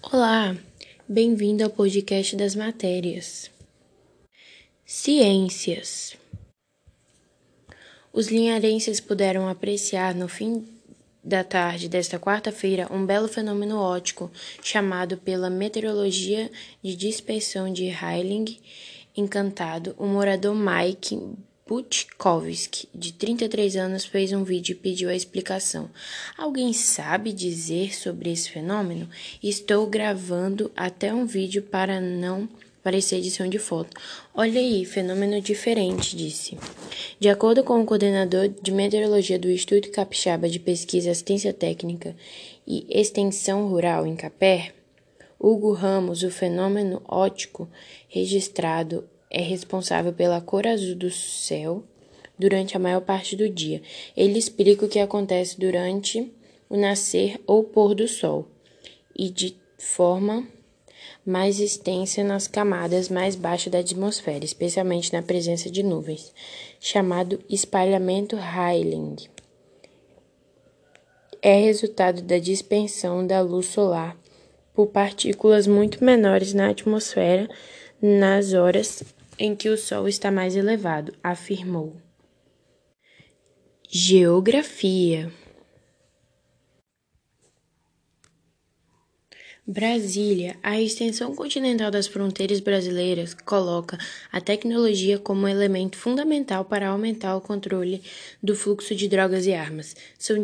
Olá, bem-vindo ao podcast das matérias. Ciências. Os linharenses puderam apreciar no fim da tarde desta quarta-feira um belo fenômeno óptico chamado pela meteorologia de dispersão de Rayleigh. Encantado, o morador Mike Butkowski, de 33 anos, fez um vídeo e pediu a explicação. Alguém sabe dizer sobre esse fenômeno? Estou gravando até um vídeo para não parecer edição de foto. Olha aí, fenômeno diferente, disse. De acordo com o coordenador de meteorologia do Instituto Capixaba de Pesquisa, Assistência Técnica e Extensão Rural em Capé, Hugo Ramos, o fenômeno óptico registrado é responsável pela cor azul do céu durante a maior parte do dia. Ele explica o que acontece durante o nascer ou pôr do sol e de forma mais extensa nas camadas mais baixas da atmosfera, especialmente na presença de nuvens, chamado espalhamento Rayleigh. É resultado da dispersão da luz solar por partículas muito menores na atmosfera nas horas em que o Sol está mais elevado, afirmou. Geografia. Brasília, a extensão continental das fronteiras brasileiras, coloca a tecnologia como elemento fundamental para aumentar o controle do fluxo de drogas e armas. São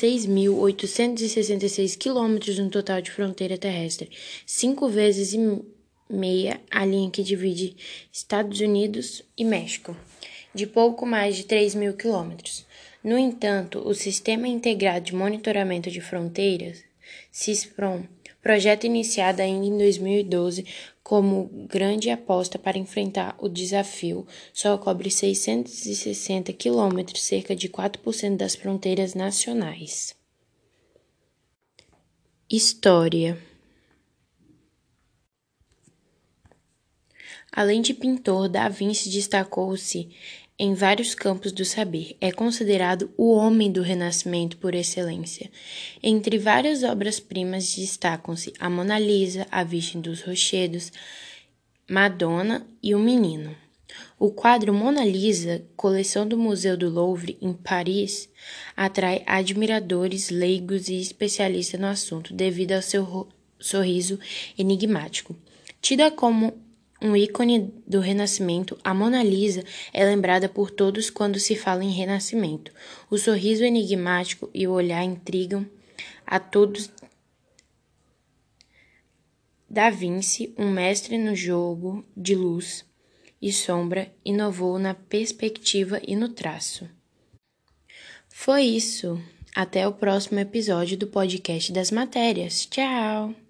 16.866 quilômetros no total de fronteira terrestre, 5 vezes e meia a linha que divide Estados Unidos e México, de pouco mais de 3.000 quilômetros. No entanto, o Sistema Integrado de Monitoramento de Fronteiras, SISPROM, projeto iniciado ainda em 2012 como grande aposta para enfrentar o desafio, só cobre 660 quilômetros, cerca de 4% das fronteiras nacionais. História. Além de pintor, Da Vinci destacou-se em vários campos do saber. É considerado o homem do Renascimento por excelência. Entre várias obras-primas destacam-se a Mona Lisa, a Virgem dos Rochedos, Madonna e o Menino. O quadro Mona Lisa, coleção do Museu do Louvre, em Paris, atrai admiradores leigos e especialistas no assunto devido ao seu sorriso enigmático. Tida como um ícone do Renascimento, a Mona Lisa é lembrada por todos quando se fala em Renascimento. O sorriso enigmático e o olhar intrigam a todos. Da Vinci, um mestre no jogo de luz e sombra, inovou na perspectiva e no traço. Foi isso. Até o próximo episódio do podcast das matérias. Tchau!